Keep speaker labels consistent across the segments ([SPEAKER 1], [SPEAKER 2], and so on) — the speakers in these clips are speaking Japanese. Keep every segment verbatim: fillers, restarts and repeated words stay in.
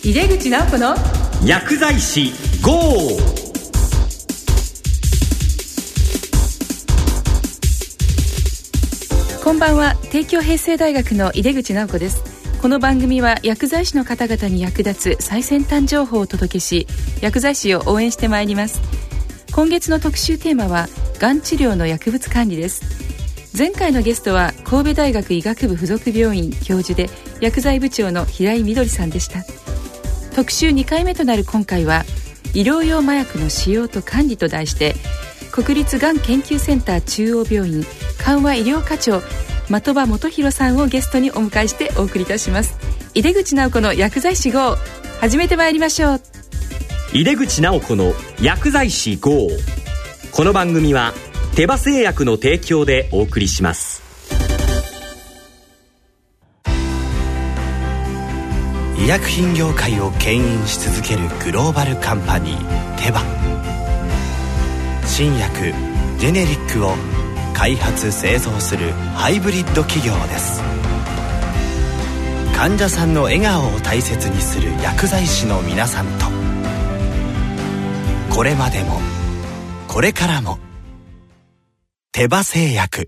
[SPEAKER 1] 井出口直子の
[SPEAKER 2] 薬剤師 ゴー。
[SPEAKER 1] こんばんは。帝京平成大学の井出口直子です。この番組は薬剤師の方々に役立つ最先端情報をお届けし、薬剤師を応援してまいります。今月の特集テーマはがん治療の薬物管理です。前回のゲストは神戸大学医学部附属病院教授で薬剤部長の平井みどりさんでした。特集にかいめとなる今回は、医療用麻薬の使用と管理と題して、国立がん研究センター中央病院緩和医療課長的場元弘さんをゲストにお迎えしてお送りいたします。井出口直子の薬剤師 ゴー、 始めてまいりましょう。
[SPEAKER 2] 井出口直子の薬剤師 ゴー。 この番組は手羽製薬の提供でお送りします。
[SPEAKER 3] 医薬品業界を牽引し続けるグローバルカンパニーテバ。新薬ジェネリックを開発製造するハイブリッド企業です。患者さんの笑顔を大切にする薬剤師の皆さんと、これまでもこれからもテバ製薬。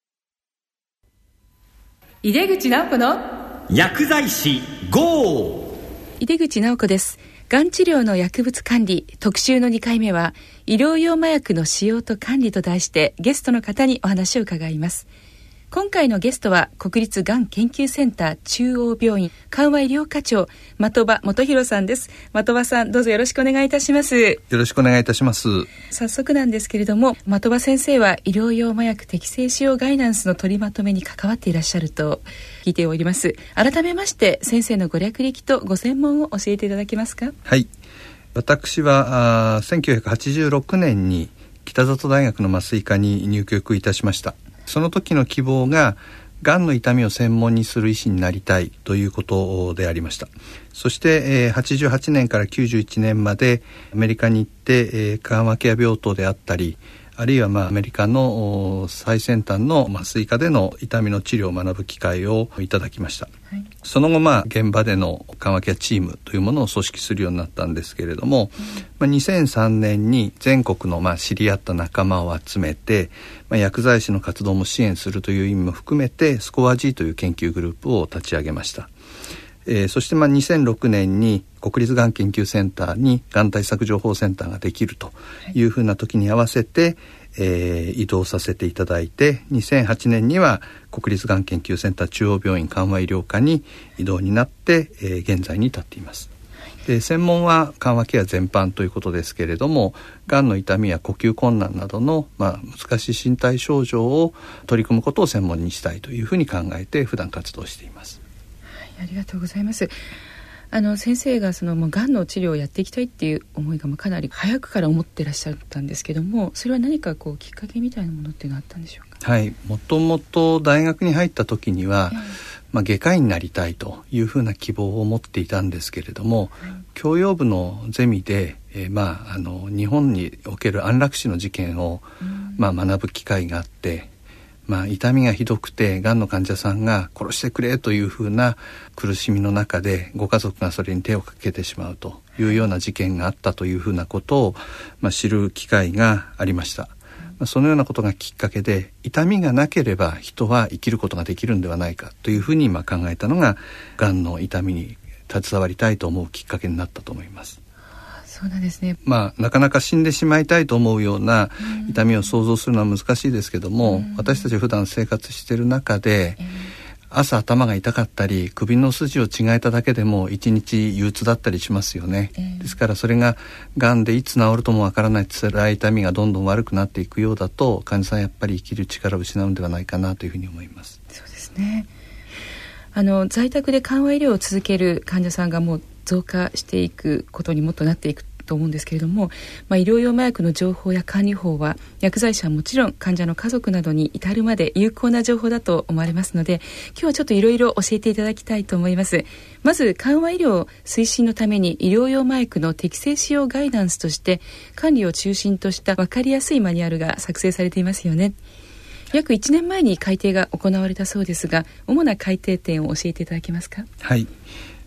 [SPEAKER 1] 井出口直子の
[SPEAKER 2] 薬剤師 ゴー。
[SPEAKER 1] 井出口直子です。がん治療の薬物管理特集のにかいめは、医療用麻薬の使用と管理と題してゲストの方にお話を伺います。今回のゲストは国立がん研究センター中央病院緩和医療課長的場元弘さんです。的場さん、どうぞよろしくお願いいたします。
[SPEAKER 4] よろしくお願いいたします。
[SPEAKER 1] 早速なんですけれども、的場先生は医療用麻薬適正使用ガイダンスの取りまとめに関わっていらっしゃると聞いております。改めまして先生のご略歴とご専門を教えていただけますか。
[SPEAKER 4] はい、私はせんきゅうひゃくはちじゅうろくねんに北里大学の麻酔科に入局いたしました。その時の希望が、がんの痛みを専門にする医師になりたいということでありました。そして、えー、はちじゅうはちねんからきゅうじゅういちねんまでアメリカに行って、えー、緩和ケア病棟であったり、あるいはまあアメリカの最先端の麻酔科での痛みの治療を学ぶ機会をいただきました。はい、その後まあ現場での緩和ケアチームというものを組織するようになったんですけれども、うんまあ、にせんさんねんに全国のまあ知り合った仲間を集めて、まあ、薬剤師の活動も支援するという意味も含めてスコア G という研究グループを立ち上げました。えー、そしてまあにせんろくねんに国立がん研究センターにがん対策情報センターができるというふうな時に合わせて、えー、移動させていただいて、にせんはちねんには国立がん研究センター中央病院緩和医療科に移動になって、えー、現在に至っています。で、専門は緩和ケア全般ということですけれども、がんの痛みや呼吸困難などの、まあ、難しい身体症状を取り組むことを専門にしたいというふうに考えて普段活動しています。
[SPEAKER 1] はい、ありがとうございます。あの先生がそのもうがんの治療をやっていきたいっていう思いがかなり早くから思ってらっしゃったんですけども、それは何かこうきっかけみたいなものっていうのはあったんでしょうか。
[SPEAKER 4] はい、もともと大学に入った時には、えーまあ、外科医になりたいというふうな希望を持っていたんですけれども、はい、教養部のゼミで、えーまあ、あの日本における安楽死の事件を、まあ、学ぶ機会があって、まあ、痛みがひどくてがんの患者さんが殺してくれというふうな苦しみの中でご家族がそれに手をかけてしまうというような事件があったというふうなことを、まあ、知る機会がありました。まあ、そのようなことがきっかけで、痛みがなければ人は生きることができるんではないかというふうにまあ考えたのが、がんの痛みに携わりたいと思うきっかけになったと思います。
[SPEAKER 1] そうなんですね。
[SPEAKER 4] まあ、なかなか死んでしまいたいと思うような痛みを想像するのは難しいですけども、私たち普段生活している中で、朝頭が痛かったり首の筋を違えただけでも一日憂鬱だったりしますよね。ですからそれががんでいつ治るともわからない辛い痛みがどんどん悪くなっていくようだと、患者さんやっぱり生きる力を失うんではないかなというふうに思います。
[SPEAKER 1] そうですね。あの在宅で緩和医療を続ける患者さんがもう増加していくことにもっとなっていくと思うんですけれども、まあ、医療用麻薬の情報や管理法は薬剤師はもちろん患者の家族などに至るまで有効な情報だと思われますので、今日はちょっといろいろ教えていただきたいと思います。まず緩和医療推進のために医療用麻薬の適正使用ガイダンスとして管理を中心とした分かりやすいマニュアルが作成されていますよね。約いちねんまえに改定が行われたそうですが、主な改定点を教えていただけますか。
[SPEAKER 4] はい、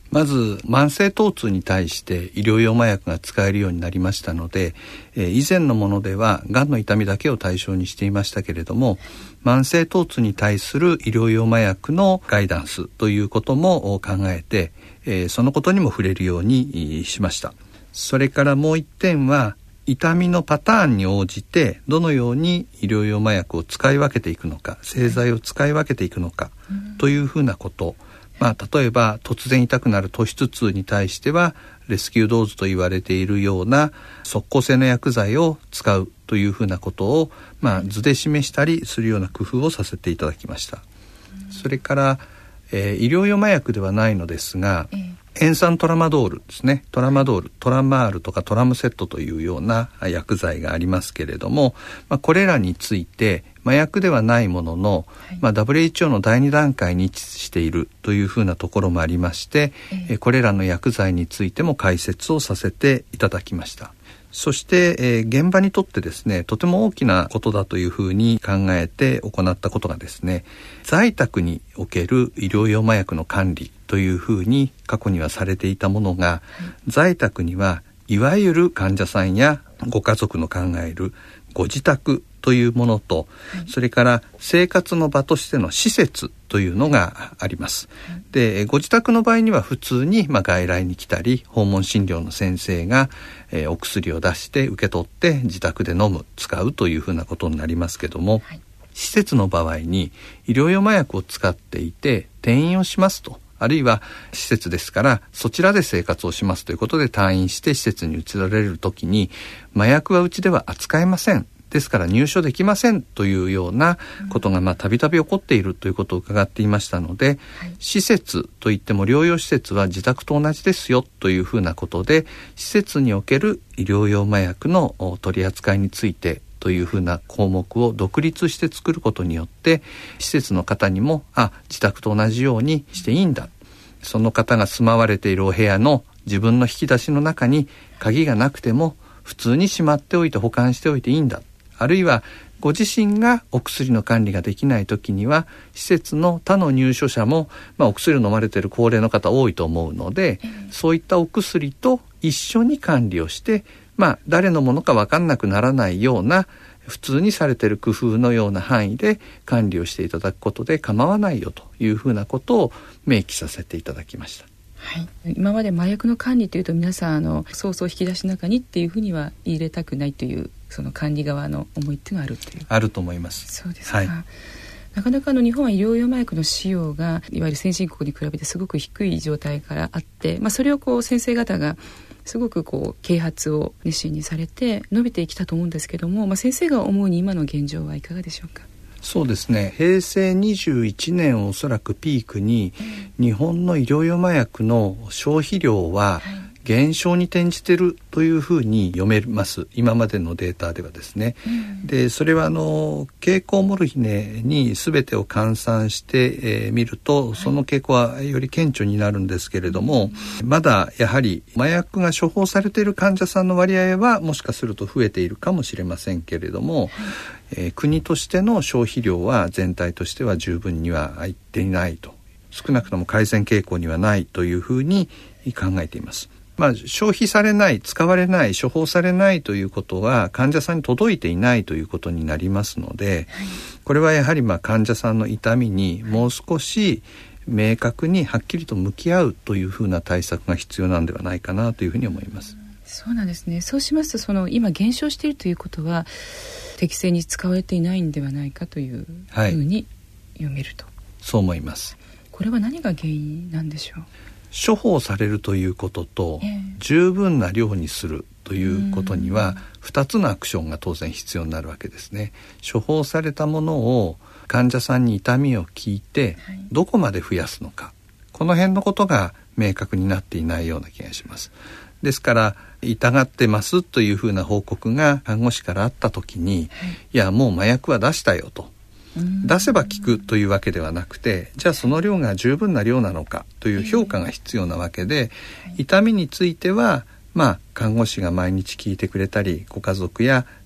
[SPEAKER 4] まず慢性疼痛に対して医療用麻薬が使えるようになりましたので、えー、以前のものではがんの痛みだけを対象にしていましたけれども、慢性疼痛に対する医療用麻薬のガイダンスということも考えて、えー、そのことにも触れるようにしました。それからもう一点は、痛みのパターンに応じてどのように医療用麻薬を使い分けていくのか、製剤を使い分けていくのかというふうなこと、まあ、例えば突然痛くなる突出痛に対してはレスキュードーズと言われているような即効性の薬剤を使うというふうなことを、まあ、図で示したりするような工夫をさせていただきました。それから、えー、医療用麻薬ではないのですが、塩酸トラマドールですね、トラマドール、トラマールとかトラムセットというような薬剤がありますけれども、まあ、これらについて麻薬ではないものの、はい、まあ、ダブリューエイチオー のだいに段階に位置しているというふうなところもありまして、えー、これらの薬剤についても解説をさせていただきました。そして、えー、現場にとってですね、とても大きなことだというふうに考えて行ったことがですね、在宅における医療用麻薬の管理というふうに過去にはされていたものが、はい、在宅にはいわゆる患者さんやご家族の考えるご自宅というものと、はい、それから生活の場としての施設というのがあります、はい、でご自宅の場合には普通に、まあ、外来に来たり訪問診療の先生が、えー、お薬を出して受け取って自宅で飲む使うというふうなことになりますけども、はい、施設の場合に医療用麻薬を使っていて転院をしますと、あるいは施設ですからそちらで生活をしますということで退院して施設に移られるときに、麻薬はうちでは扱えません、ですから入所できませんというようなことがたびたび起こっているということを伺っていましたので、はい、施設といっても療養施設は自宅と同じですよというふうなことで、施設における医療用麻薬の取り扱いについてというふうな項目を独立して作ることによって、施設の方にもあ自宅と同じようにしていいんだ、その方が住まわれているお部屋の自分の引き出しの中に鍵がなくても普通にしまっておいて保管しておいていいんだ、あるいはご自身がお薬の管理ができないときには施設の他の入所者も、まあ、お薬を飲まれている高齢の方多いと思うので、うん、そういったお薬と一緒に管理をして、まあ、誰のものか分かんなくならないような普通にされている工夫のような範囲で管理をしていただくことで構わないよというふうなことを明記させていただきました。
[SPEAKER 1] はい、今まで麻薬の管理というと皆さんあのそうそう引き出しの中にっていうふうには入れたくないというその管理側の思いっていうのがあるという。
[SPEAKER 4] あると思います。
[SPEAKER 1] そうですか、
[SPEAKER 4] はい、
[SPEAKER 1] なかなかあの日本は医療用麻薬の使用がいわゆる先進国に比べてすごく低い状態からあって、まあ、それをこう先生方がすごくこう啓発を熱心にされて伸びてきたと思うんですけども、まあ、先生が思うに今の現状はいかがでしょうか。
[SPEAKER 4] そうですね、平成にじゅういちねんをおそらくピークに、うん、日本の医療用麻薬の消費量は減少に転じているというふうに読めます、今までのデータではですね、うん、でそれはあの経口モルヒネに全てを換算して、えー、見るとその傾向はより顕著になるんですけれども、うん、まだやはり麻薬が処方されている患者さんの割合はもしかすると増えているかもしれませんけれども、はいえー、国としての消費量は全体としては十分にはいっていないと、少なくとも改善傾向にはないというふうに考えています。まあ、消費されない、使われない、処方されないということは患者さんに届いていないということになりますので、はい、これはやはりまあ患者さんの痛みにもう少し明確にはっきりと向き合うというふうな対策が必要なんではないかなというふうに思います。
[SPEAKER 1] そうなんですね。そうしますとその今減少しているということは適正に使われていないんではないかというふうに読めると、はい、
[SPEAKER 4] そう思います。
[SPEAKER 1] これは何が原因なんでしょう。
[SPEAKER 4] 処方されるということと、えー、十分な量にするということにはふたつのアクションが当然必要になるわけですね。処方されたものを患者さんに痛みを聞いて、はい、どこまで増やすのか、この辺のことが明確になっていないような気がします。ですから痛がってますというふうな報告が看護師からあった時に、はい、いやもう麻薬は出したよと、出せば効くというわけではなくて、じゃあその量が十分な量なのかという評価が必要なわけで、痛みについてはまあ看護師が毎日聞いてくれたりご家族や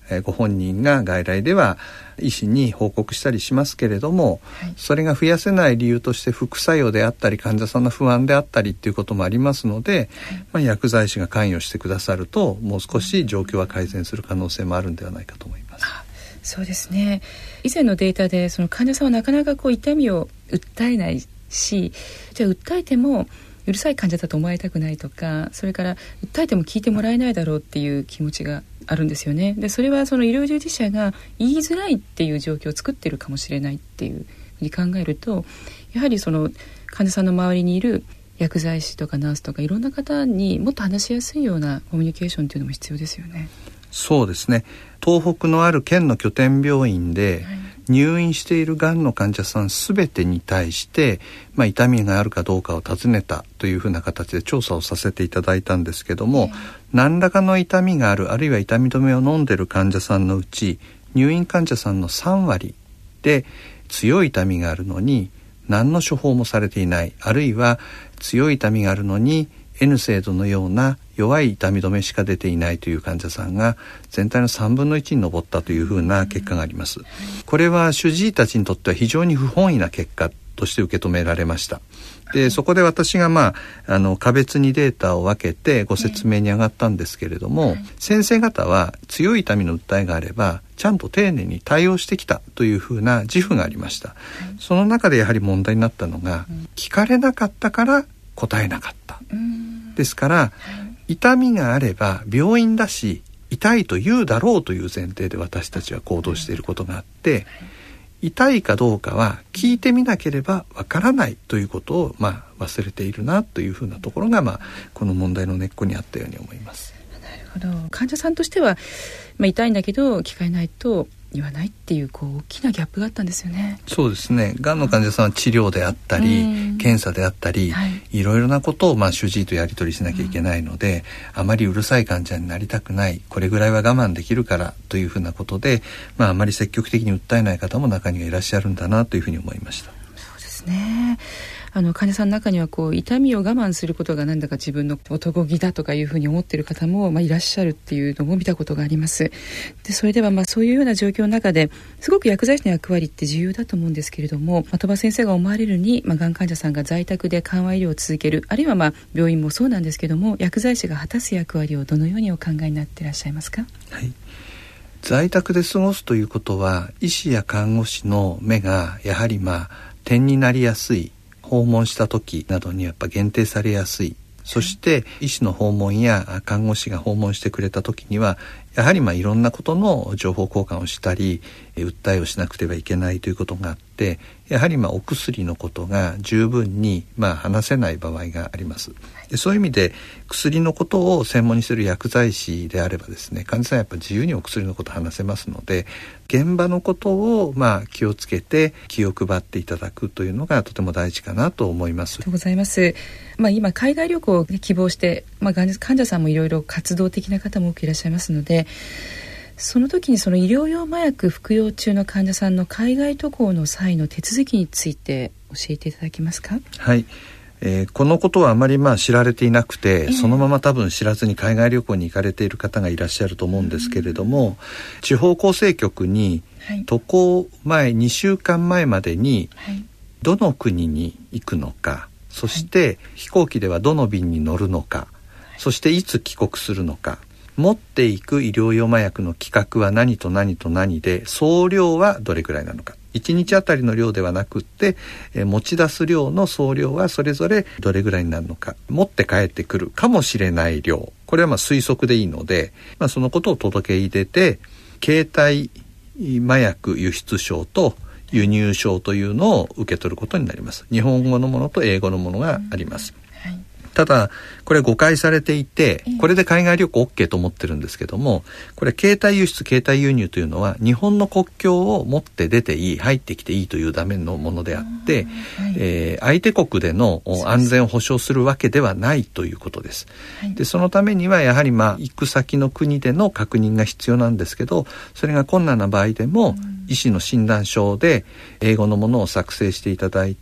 [SPEAKER 4] えー、ご本人が外来では医師に報告したりしますけれども、はい、それが増やせない理由として副作用であったり患者さんの不安であったりっていうこともありますので、はい、まあ、薬剤師が関与してくださるともう少し状況は改善する可能性もあるんではないかと思います。
[SPEAKER 1] あ、そうですね。以前のデータでその患者さんはなかなかこう痛みを訴えないし、じゃあ訴えてもうるさい患者だと思われたくないとか、それから訴えても聞いてもらえないだろうっていう気持ちがあるんですよね。でそれはその医療従事者が言いづらいっていう状況を作っているかもしれないっていうふうに考えると、やはりその患者さんの周りにいる薬剤師とかナースとかいろんな方にもっと話しやすいようなコミュニケーションというのも必要ですよね。
[SPEAKER 4] そうですね。東北のある県の拠点病院で、はい、入院しているがんの患者さんすべてに対して、まあ、痛みがあるかどうかを尋ねたというふうな形で調査をさせていただいたんですけども、えー、何らかの痛みがある、あるいは痛み止めを飲んでいる患者さんのうち入院患者さんのさんわりで強い痛みがあるのに何の処方もされていない、あるいは強い痛みがあるのに エヌ セイドのような弱い痛み止めしか出ていないという患者さんが全体のさんぶんのいちに上ったというふうな結果があります。これは主治医たちにとっては非常に不本意な結果として受け止められました。でそこで私が、まあ、あの個別にデータを分けてご説明に上がったんですけれども、はい、先生方は強い痛みの訴えがあればちゃんと丁寧に対応してきたというふうな自負がありました。はい、その中でやはり問題になったのが、うん、聞かれなかったから答えなかった。ですから、はい、痛みがあれば病院だし痛いと言うだろうという前提で私たちは行動していることがあって、はい、痛いかどうかは聞いてみなければわからないということを、まあ、忘れているなというふうなところが、まあ、この問題の根っこにあったように思います。
[SPEAKER 1] なるほど。患者さんとしては、まあ、痛いんだけど聞かれないと言わないっていう、こう大きなギャップがあったんですよね。
[SPEAKER 4] そうですね。がんの患者さんは治療であったり検査であったり、はい、いろいろなことを、まあ、主治医とやり取りしなきゃいけないので、あまりうるさい患者になりたくない、これぐらいは我慢できるからというふうなことで、まあ、あまり積極的に訴えない方も中にはいらっしゃるんだなというふうに思いました。
[SPEAKER 1] そうですね。あの患者さんの中にはこう痛みを我慢することがなんだか自分の男気だとかいうふうに思っている方も、まあ、いらっしゃるっていうのも見たことがあります。でそれではまあそういうような状況の中ですごく薬剤師の役割って重要だと思うんですけれども、的場先生が思われるに、まあ、がん患者さんが在宅で緩和医療を続ける、あるいはまあ病院もそうなんですけども、薬剤師が果たす役割をどのようにお考えになっていらっしゃいますか？
[SPEAKER 4] はい、在宅で過ごすということは医師や看護師の目がやはりまあ点になりやすい、訪問した時などにやっぱ限定されやすい。そして医師の訪問や看護師が訪問してくれた時にはやはりまあいろんなことの情報交換をしたり訴えをしなくてはいけないということがあって、やはりまあお薬のことが十分にまあ話せない場合があります。でそういう意味で薬のことを専門にする薬剤師であればですね、患者さんはやっぱ自由にお薬のことを話せますので、現場のことをまあ気をつけて気を配っていただくというのがとても大事かなと思います。
[SPEAKER 1] ありがとうございます。まあ、今海外旅行を希望して、まあ、患者さんもいろいろ活動的な方も多くいらっしゃいますので、その時にその医療用麻薬服用中の患者さんの海外渡航の際の手続きについて教えていただけますか？
[SPEAKER 4] はい、えー、このことはあまりまあ知られていなくて、えー、そのまま多分知らずに海外旅行に行かれている方がいらっしゃると思うんですけれども、うん、地方厚生局に渡航前にしゅうかんまえまでにどの国に行くのか、そして飛行機ではどの便に乗るのか、そしていつ帰国するのか、持っていく医療用麻薬の規格は何と何と何で、総量はどれくらいなのか、いちにちあたりの量ではなくって、え持ち出す量の総量はそれぞれどれぐらいになるのか、持って帰ってくるかもしれない量、これはまあ推測でいいので、まあ、そのことを届け入れて、携帯麻薬輸出証と輸入証というのを受け取ることになります。日本語のものと英語のものがあります。うん、はい。ただこれ誤解されていて、これで海外旅行 OK と思ってるんですけども、これ携帯輸出携帯輸入というのは日本の国境を持って出ていい、入ってきていいというためのものであって、はい、えー、相手国での安全を保障するわけではないということです。はい、でそのためにはやはりまあ行く先の国での確認が必要なんですけど、それが困難な場合でも医師の診断書で英語のものを作成していただいて、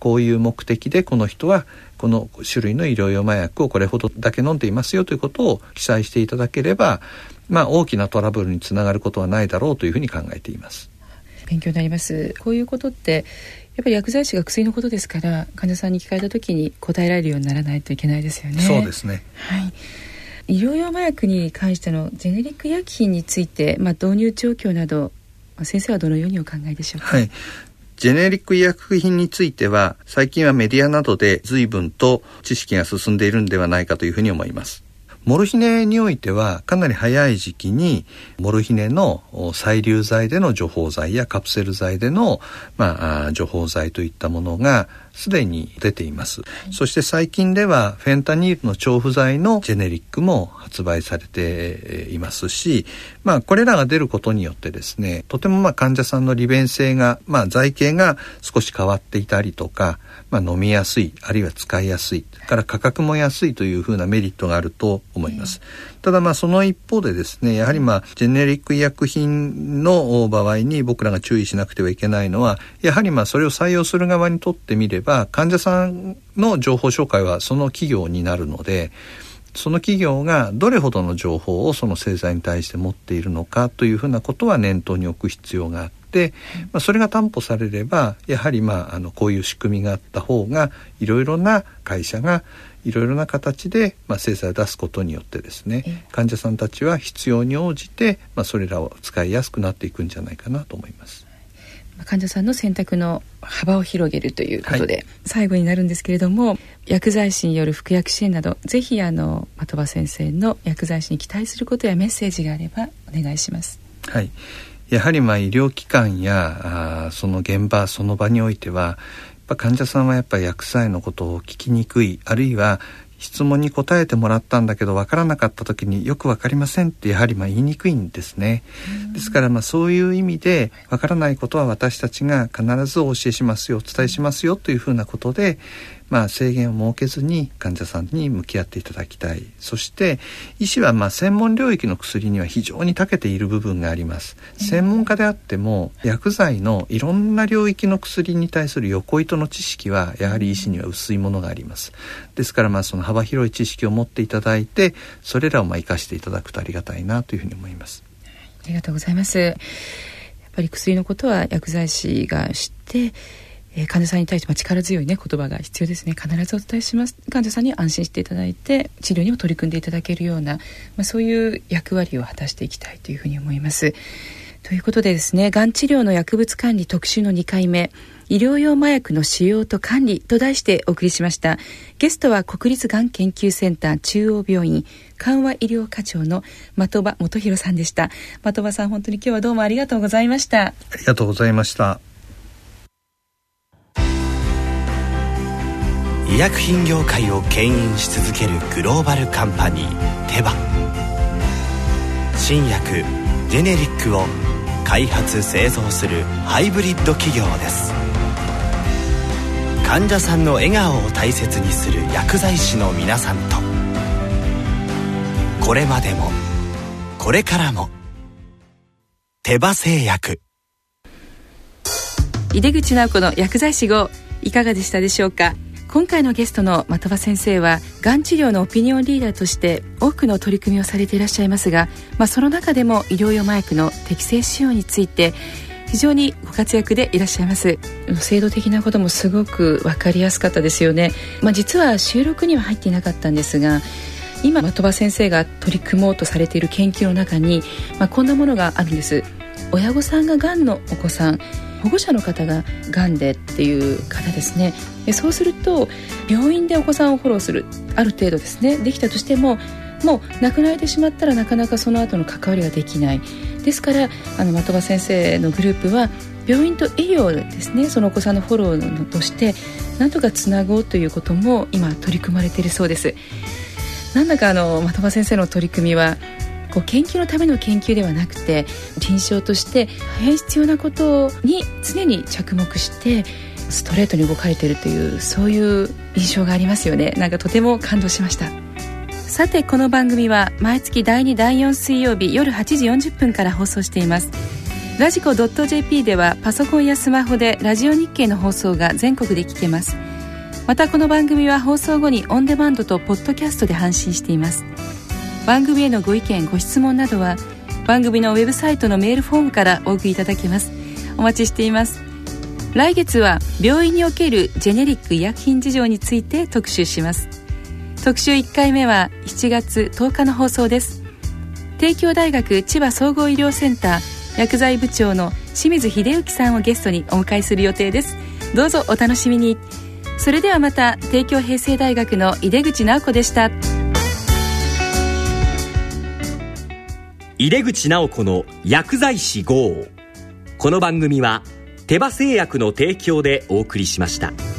[SPEAKER 4] こういう目的でこの人はこの種類の医療用麻薬をこれほどだけ飲んでいますよということを記載していただければ、まあ、大きなトラブルにつながることはないだろうというふうに考えています。
[SPEAKER 1] 勉強になります。こういうことってやっぱり薬剤師が薬のことですから、患者さんに聞かれた時に答えられるようにならないといけないですよね。
[SPEAKER 4] そうですね、
[SPEAKER 1] はい、医療用麻薬に関してのジェネリック医薬品について、まあ、導入状況など先生はどのようにお考えでしょうか。
[SPEAKER 4] はい、ジェネリック医薬品については最近はメディアなどで随分と知識が進んでいるんではないかというふうに思います。モルヒネにおいてはかなり早い時期にモルヒネの催涙剤での除法剤やカプセル剤での、まあ、除法剤といったものがすでに出ています、はい、そして最近ではフェンタニールの調布剤のジェネリックも発売されていますし、まあ、これらが出ることによってですね、とてもまあ患者さんの利便性が、まあ、剤形が少し変わっていたりとか、まあ、飲みやすい、あるいは使いやすい、から価格も安いというふうなメリットがあると思います。ただまあその一方でですね、やはりまあジェネリック医薬品の場合に僕らが注意しなくてはいけないのは、やはりまあそれを採用する側にとってみれば患者さんの情報紹介はその企業になるので、その企業がどれほどの情報をその製剤に対して持っているのかというふうなことは念頭に置く必要があって、まあ、それが担保されればやはりまああのこういう仕組みがあった方がいろいろな会社がいろいろな形で、まあ、製剤を出すことによってですね、患者さんたちは必要に応じて、まあ、それらを使いやすくなっていくんじゃないかなと思います。
[SPEAKER 1] 患者さんの選択の幅を広げるということで、はい、最後になるんですけれども、薬剤師による服薬支援などぜひあの的場先生の薬剤師に期待することやメッセージがあればお願いします。
[SPEAKER 4] はい、やはりまあ医療機関やあその現場その場においてはやっぱ患者さんはやっぱり薬剤のことを聞きにくい、あるいは質問に答えてもらったんだけど分からなかった時によく分かりませんってやはりまあ言いにくいんですね。ですからまあそういう意味で分からないことは私たちが必ずお教えしますよ、お伝えしますよというふうなことで、まあ制限を設けずに患者さんに向き合っていただきたい。そして医師はまあ専門領域の薬には非常に長けている部分があります。専門家であっても薬剤のいろんな領域の薬に対する横糸の知識はやはり医師には薄いものがあります。ですからまあその幅広い知識を持っていただいて、それらをまあ生かしていただくとありがたいなというふうに思います。
[SPEAKER 1] ありがとうございます。やっぱり薬のことは薬剤師が知ってえー、患者さんに対して力強い、ね、言葉が必要ですね。必ずお伝えします。患者さんに安心していただいて治療にも取り組んでいただけるような、まあ、そういう役割を果たしていきたいというふうに思います。ということでですね、がん治療の薬物管理特集のにかいめ、医療用麻薬の使用と管理と題してお送りしました。ゲストは国立がん研究センター中央病院緩和医療課長の的場元弘さんでした。的場さん、本当に今日はどうもありがとうございました。
[SPEAKER 4] ありがとうございました。
[SPEAKER 3] 医薬品業界を牽引し続けるグローバルカンパニーテバ、新薬ジェネリックを開発製造するハイブリッド企業です。患者さんの笑顔を大切にする薬剤師の皆さんと、これまでもこれからもテバ製薬。
[SPEAKER 1] 井出口直子の薬剤師号、いかがでしたでしょうか。今回のゲストの的場先生はがん治療のオピニオンリーダーとして多くの取り組みをされていらっしゃいますが、まあ、その中でも医療用麻薬の適正使用について非常にご活躍でいらっしゃいます。制度的なこともすごく分かりやすかったですよね。まあ、実は収録には入っていなかったんですが、今的場先生が取り組もうとされている研究の中に、まあ、こんなものがあるんです。親御さんががんのお子さん、保護者の方ががんでっていう方ですね。そうすると病院でお子さんをフォローする、ある程度ですねできたとしても、もう亡くなってしまったらなかなかその後の関わりができない。ですからあの的場先生のグループは病院と医療ですね、そのお子さんのフォローとしてなんとかつなごうということも今取り組まれているそうです。なんだかあの的場先生の取り組みはこう研究のための研究ではなくて、臨床として大変必要なことに常に着目してストレートに動かれているという、そういう印象がありますよね。なんかとても感動しました。さて、この番組は毎月だいにだいよん水曜日夜はちじよんじゅっぷんから放送しています。 ラジコ ドットジェーピー ではパソコンやスマホでラジオ日経の放送が全国で聞けます。またこの番組は放送後にオンデマンドとポッドキャストで配信しています。番組へのご意見ご質問などは番組のウェブサイトのメールフォームからお送りいただけます。お待ちしています。来月は病院におけるジェネリック医薬品事情について特集します。特集いっかいめはしちがつとおかの放送です。帝京大学千葉総合医療センター薬剤部長の清水秀幸さんをゲストにお迎えする予定です。どうぞお楽しみに。それではまた。帝京平成大学の井出口直子でした。
[SPEAKER 2] 井出口直子の薬剤師号。この番組は手羽製薬の提供でお送りしました。